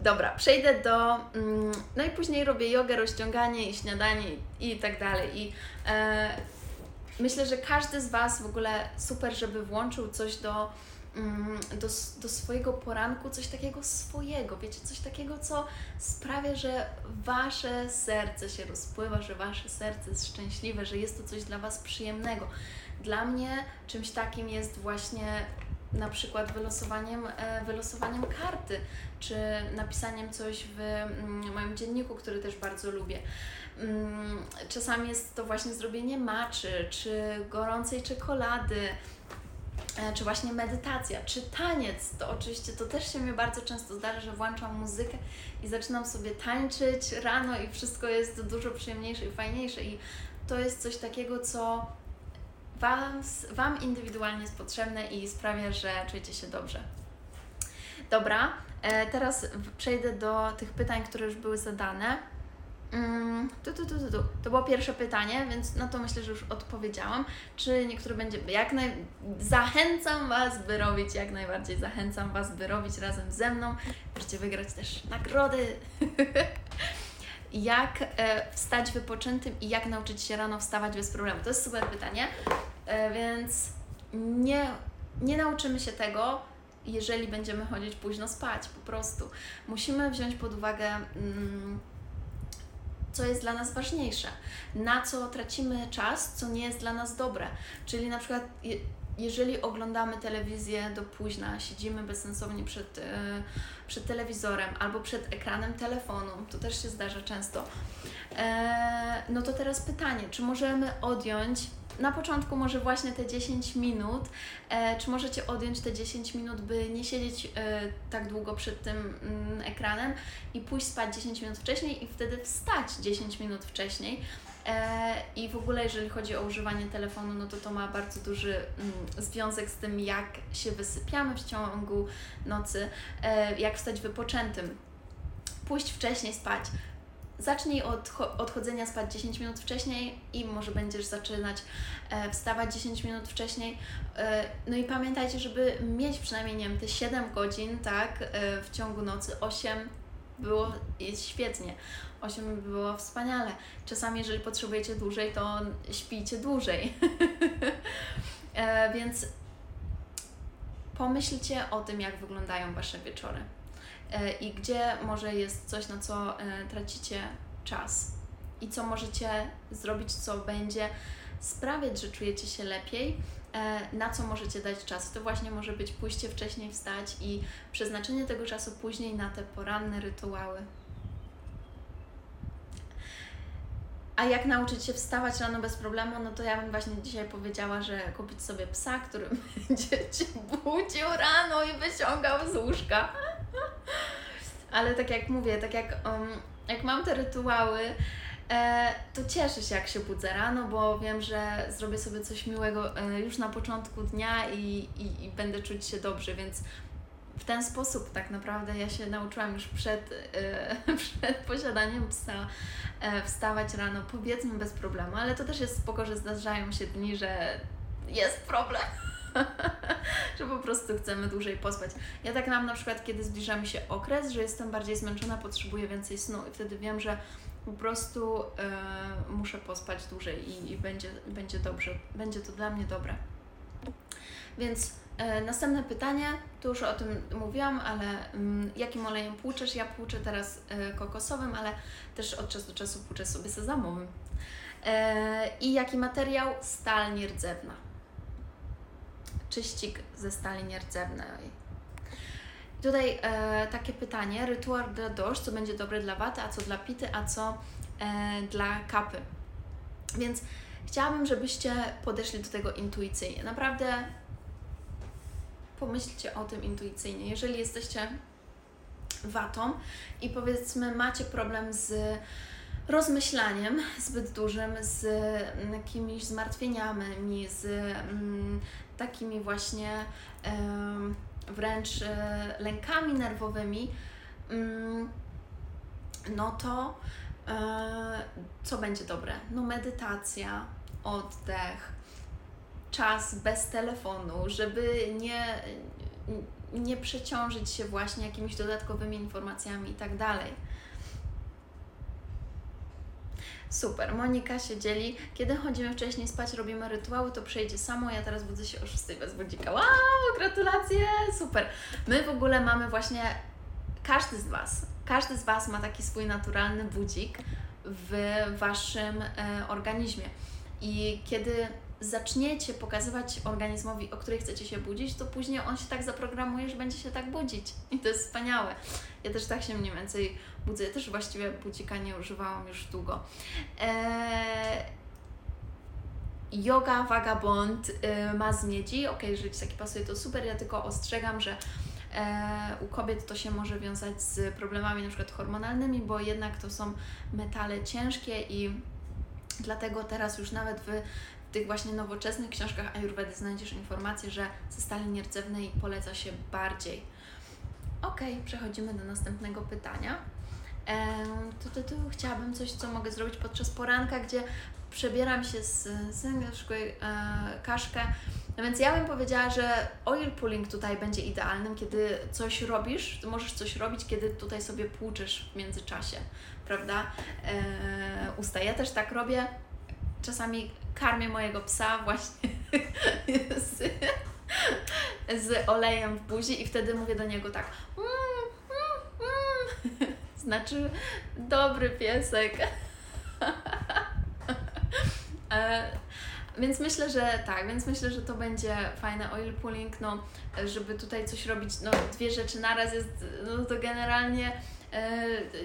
Dobra, przejdę do... Mm, no i później robię jogę, rozciąganie i śniadanie i, i tak dalej. I e, myślę, że każdy z Was w ogóle super, żeby włączył coś do, mm, do, do swojego poranku, coś takiego swojego, wiecie, coś takiego, co sprawia, że Wasze serce się rozpływa, że Wasze serce jest szczęśliwe, że jest to coś dla Was przyjemnego. Dla mnie czymś takim jest właśnie na przykład wylosowaniem, e, wylosowaniem karty, czy napisaniem coś w mm, moim dzienniku, który też bardzo lubię. Mm, czasami jest to właśnie zrobienie maczy, czy gorącej czekolady, e, czy właśnie medytacja, czy taniec. To oczywiście to też się mi bardzo często zdarza, że włączam muzykę i zaczynam sobie tańczyć rano i wszystko jest dużo przyjemniejsze i fajniejsze. I to jest coś takiego, co Wam, wam indywidualnie jest potrzebne i sprawia, że czujecie się dobrze. Dobra, e, teraz przejdę do tych pytań, które już były zadane. Mm, tu, tu, tu, tu, tu. To było pierwsze pytanie, więc na to myślę, że już odpowiedziałam. Czy niektóry będzie... Jak naj... Zachęcam Was, by robić, jak najbardziej zachęcam Was, by robić razem ze mną. Możecie wygrać też nagrody. Jak e, wstać wypoczętym i jak nauczyć się rano wstawać bez problemu? To jest super pytanie, e, więc nie, nie nauczymy się tego, jeżeli będziemy chodzić późno spać, po prostu. Musimy wziąć pod uwagę, mm, co jest dla nas ważniejsze, na co tracimy czas, co nie jest dla nas dobre. Czyli na przykład, je, jeżeli oglądamy telewizję do późna, siedzimy bezsensownie przed, yy, przed telewizorem albo przed ekranem telefonu, to też się zdarza często, e, no to teraz pytanie, czy możemy odjąć na początku może właśnie te dziesięć minut, e, czy możecie odjąć te dziesięć minut, by nie siedzieć e, tak długo przed tym mm, ekranem i pójść spać dziesięć minut wcześniej i wtedy wstać dziesięć minut wcześniej. E, I w ogóle jeżeli chodzi o używanie telefonu, no to to ma bardzo duży mm, związek z tym, jak się wysypiamy w ciągu nocy, e, jak wstać wypoczętym, pójść wcześniej spać. Zacznij od odchodzenia spać dziesięć minut wcześniej i może będziesz zaczynać e, wstawać dziesięć minut wcześniej. E, no i pamiętajcie, żeby mieć przynajmniej, nie wiem, te siedem godzin, tak, e, w ciągu nocy, osiem było jest świetnie, osiem było wspaniale. Czasami, jeżeli potrzebujecie dłużej, to śpijcie dłużej. e, więc pomyślcie o tym, jak wyglądają Wasze wieczory. I gdzie może jest coś, na co tracicie czas i co możecie zrobić, co będzie sprawiać, że czujecie się lepiej, na co możecie dać czas. To właśnie może być pójście wcześniej wstać i przeznaczenie tego czasu później na te poranne rytuały. A jak nauczyć się wstawać rano bez problemu, no to ja bym właśnie dzisiaj powiedziała, że kupić sobie psa, który będzie Cię budził rano i wyciągał z łóżka. Ale tak jak mówię, tak jak, um, jak mam te rytuały, e, to cieszę się, jak się budzę rano, bo wiem, że zrobię sobie coś miłego e, już na początku dnia i, i, i będę czuć się dobrze, więc w ten sposób tak naprawdę ja się nauczyłam już przed, e, przed posiadaniem psa e, wstawać rano, powiedzmy bez problemu, ale to też jest spoko, że zdarzają się dni, że jest problem. że po prostu chcemy dłużej pospać. Ja tak mam na przykład, kiedy zbliża mi się okres, że jestem bardziej zmęczona, potrzebuję więcej snu i wtedy wiem, że po prostu yy, muszę pospać dłużej i, i będzie, będzie dobrze, będzie to dla mnie dobre. Więc yy, następne pytanie, tu już o tym mówiłam, ale yy, jakim olejem płuczesz? Ja płuczę teraz yy, kokosowym, ale też od czasu do czasu płuczę sobie sezamowym. Yy, I jaki materiał? Stal nierdzewna. Czyścik ze stali nierdzewnej. Tutaj e, takie pytanie, rytuał dla dosz, co będzie dobre dla waty, a co dla pity, a co e, dla kapy. Więc chciałabym, żebyście podeszli do tego intuicyjnie. Naprawdę pomyślcie o tym intuicyjnie. Jeżeli jesteście watą i powiedzmy macie problem z rozmyślaniem zbyt dużym, z jakimiś zmartwieniami, z mm, takimi właśnie e, wręcz e, lękami nerwowymi, mm, no to e, co będzie dobre? No medytacja, oddech, czas bez telefonu, żeby nie, nie przeciążyć się właśnie jakimiś dodatkowymi informacjami i tak dalej. Super, Monika się dzieli. Kiedy chodzimy wcześniej spać, robimy rytuały, to przejdzie samo. Ja teraz budzę się o szóstej bez budzika. Wow, gratulacje, super. My w ogóle mamy właśnie, każdy z Was, każdy z Was ma taki swój naturalny budzik w Waszym e, organizmie. I kiedy zaczniecie pokazywać organizmowi, o której chcecie się budzić, to później on się tak zaprogramuje, że będzie się tak budzić. I to jest wspaniałe. Ja też tak się mniej więcej budzę. Ja też właściwie budzika nie używałam już długo. Eee, yoga Vagabond y, ma z miedzi. Ok, jeżeli Ci taki pasuje, to super. Ja tylko ostrzegam, że e, u kobiet to się może wiązać z problemami na przykład hormonalnymi, bo jednak to są metale ciężkie i dlatego teraz już nawet w w tych właśnie nowoczesnych książkach Ajurwedy znajdziesz informację, że ze stali nierdzewnej poleca się bardziej. Ok, przechodzimy do następnego pytania. Ehm, tu, tu, tu chciałabym coś, co mogę zrobić podczas poranka, gdzie przebieram się z synem, szykuję e, kaszkę. No więc ja bym powiedziała, że oil pulling tutaj będzie idealnym, kiedy coś robisz, to możesz coś robić, kiedy tutaj sobie płuczesz w międzyczasie, prawda? E, usta. Ja też tak robię. Czasami karmię mojego psa właśnie z, z olejem w buzi i wtedy mówię do niego tak mm, mm, mm. Znaczy dobry piesek. e, więc myślę, że tak, więc myślę, że to będzie fajne oil pulling, no, żeby tutaj coś robić, no dwie rzeczy naraz jest, no to generalnie e,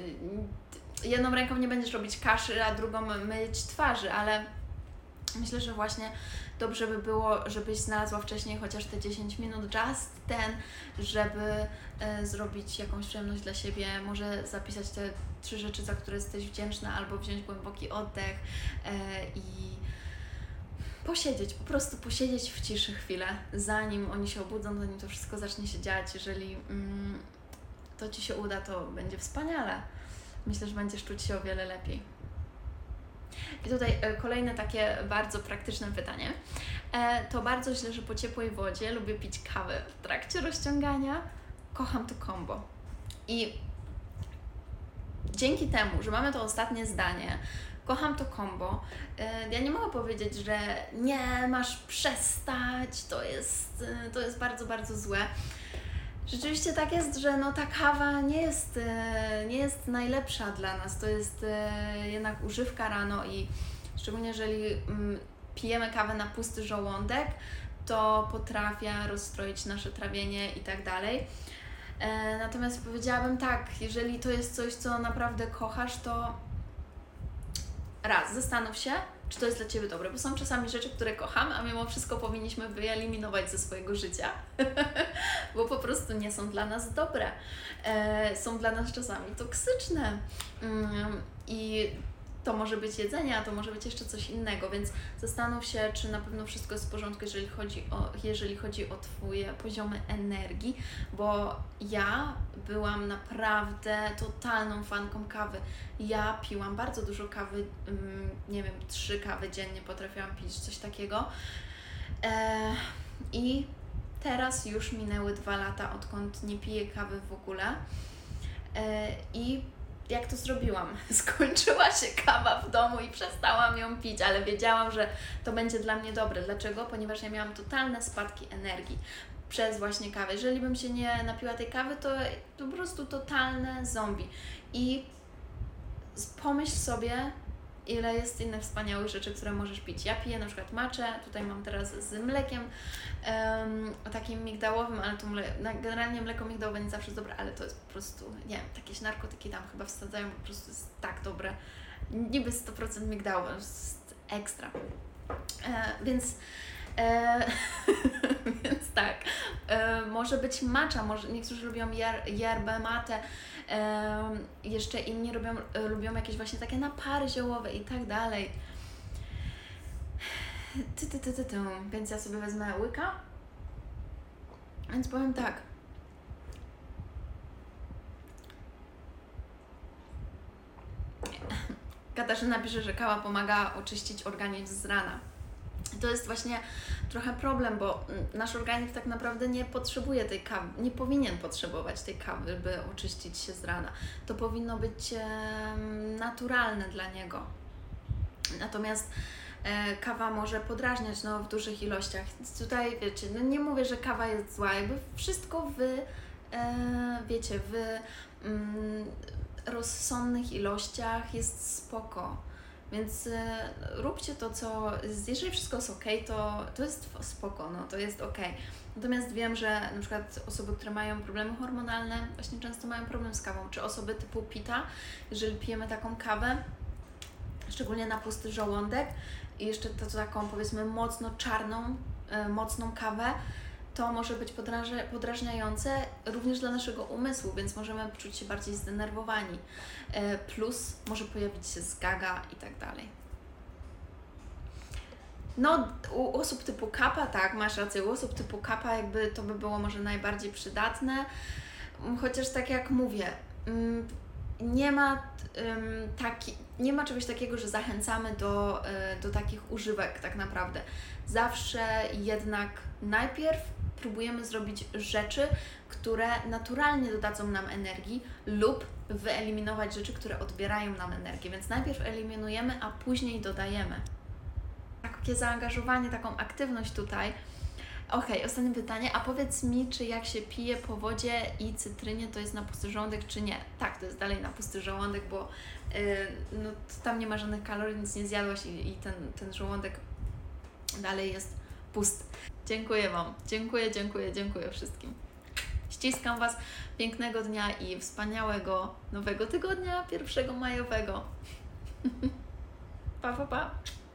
jedną ręką nie będziesz robić kaszy, a drugą myć twarzy, ale myślę, że właśnie dobrze by było, żebyś znalazła wcześniej chociaż te dziesięć minut, just ten, żeby e, zrobić jakąś przyjemność dla siebie, może zapisać te trzy rzeczy, za które jesteś wdzięczna, albo wziąć głęboki oddech e, i posiedzieć, po prostu posiedzieć w ciszy chwilę, zanim oni się obudzą, zanim to wszystko zacznie się dziać. Jeżeli mm, to Ci się uda, to będzie wspaniale. Myślę, że będziesz czuć się o wiele lepiej. I tutaj e, kolejne takie bardzo praktyczne pytanie. E, to bardzo źle, że po ciepłej wodzie lubię pić kawę w trakcie rozciągania. Kocham to kombo. I dzięki temu, że mamy to ostatnie zdanie, kocham to kombo, e, ja nie mogę powiedzieć, że nie, masz przestać, to jest, e, to jest bardzo, bardzo złe. Rzeczywiście tak jest, że no ta kawa nie jest, nie jest najlepsza dla nas. To jest jednak używka rano i szczególnie jeżeli pijemy kawę na pusty żołądek, to potrafi rozstroić nasze trawienie i tak dalej. Natomiast powiedziałabym tak, jeżeli to jest coś, co naprawdę kochasz, to raz, zastanów się, czy to jest dla Ciebie dobre, bo są czasami rzeczy, które kochamy, a mimo wszystko powinniśmy wyeliminować ze swojego życia, bo po prostu nie są dla nas dobre. E, są dla nas czasami toksyczne mm, i to może być jedzenie, a to może być jeszcze coś innego, więc zastanów się, czy na pewno wszystko jest w porządku, jeżeli chodzi o, jeżeli chodzi o Twoje poziomy energii, bo ja byłam naprawdę totalną fanką kawy. Ja piłam bardzo dużo kawy, um, nie wiem, trzy kawy dziennie potrafiłam pić, coś takiego. E, I teraz już minęły dwa lata, odkąd nie piję kawy w ogóle. E, I jak to zrobiłam? Skończyła się kawa w domu i przestałam ją pić, ale wiedziałam, że to będzie dla mnie dobre. Dlaczego? Ponieważ ja miałam totalne spadki energii przez właśnie kawę. Jeżeli bym się nie napiła tej kawy, to po prostu totalne zombie. I pomyśl sobie, ile jest innych wspaniałych rzeczy, które możesz pić. Ja piję na przykład matchę, tutaj mam teraz z mlekiem um, takim migdałowym, ale to mle, generalnie mleko migdałowe nie zawsze jest dobre, ale to jest po prostu, nie wiem, jakieś narkotyki tam chyba wsadzają, po prostu jest tak dobre. Niby sto procent migdałowe, jest ekstra. E, więc E, więc tak, e, może być matcha, może niektórzy lubią yer, yerbę mate, e, jeszcze inni lubią, e, lubią jakieś właśnie takie napary ziołowe i tak dalej. Ty, ty, ty, ty, ty. Więc ja sobie wezmę łyka, więc powiem tak. Katarzyna pisze, że kawa pomaga oczyścić organizm z rana. To jest właśnie trochę problem, bo nasz organizm tak naprawdę nie potrzebuje tej kawy, nie powinien potrzebować tej kawy, by oczyścić się z rana. To powinno być e, naturalne dla niego. Natomiast e, kawa może podrażniać no, w dużych ilościach. Tutaj wiecie, no nie mówię, że kawa jest zła, jakby wszystko w, e, wiecie, w mm, rozsądnych ilościach jest spoko. Więc y, róbcie to, co, jeżeli wszystko jest ok, to, to jest spoko, no to jest ok. Natomiast wiem, że na przykład osoby, które mają problemy hormonalne, właśnie często mają problem z kawą, czy osoby typu pita, jeżeli pijemy taką kawę, szczególnie na pusty żołądek i jeszcze to, to taką powiedzmy mocno czarną, y, mocną kawę, to może być podraża, podrażniające również dla naszego umysłu, więc możemy czuć się bardziej zdenerwowani. Plus może pojawić się zgaga i tak dalej. No, u osób typu kappa, tak, masz rację, u osób typu kappa jakby to by było może najbardziej przydatne, chociaż tak jak mówię, nie ma, taki, nie ma czegoś takiego, że zachęcamy do, do takich używek tak naprawdę. Zawsze jednak najpierw próbujemy zrobić rzeczy, które naturalnie dodadzą nam energii lub wyeliminować rzeczy, które odbierają nam energię. Więc najpierw eliminujemy, a później dodajemy. Takie zaangażowanie, taką aktywność tutaj. Ok, ostatnie pytanie, a powiedz mi, czy jak się pije po wodzie i cytrynie, to jest na pusty żołądek, czy nie? Tak, to jest dalej na pusty żołądek, bo yy, no, tam nie ma żadnych kalorii, nic nie zjadłaś i, i ten, ten żołądek dalej jest pusty. Dziękuję Wam, dziękuję, dziękuję, dziękuję wszystkim. Ściskam Was, pięknego dnia i wspaniałego nowego tygodnia, pierwszego majowego. Pa, pa, pa.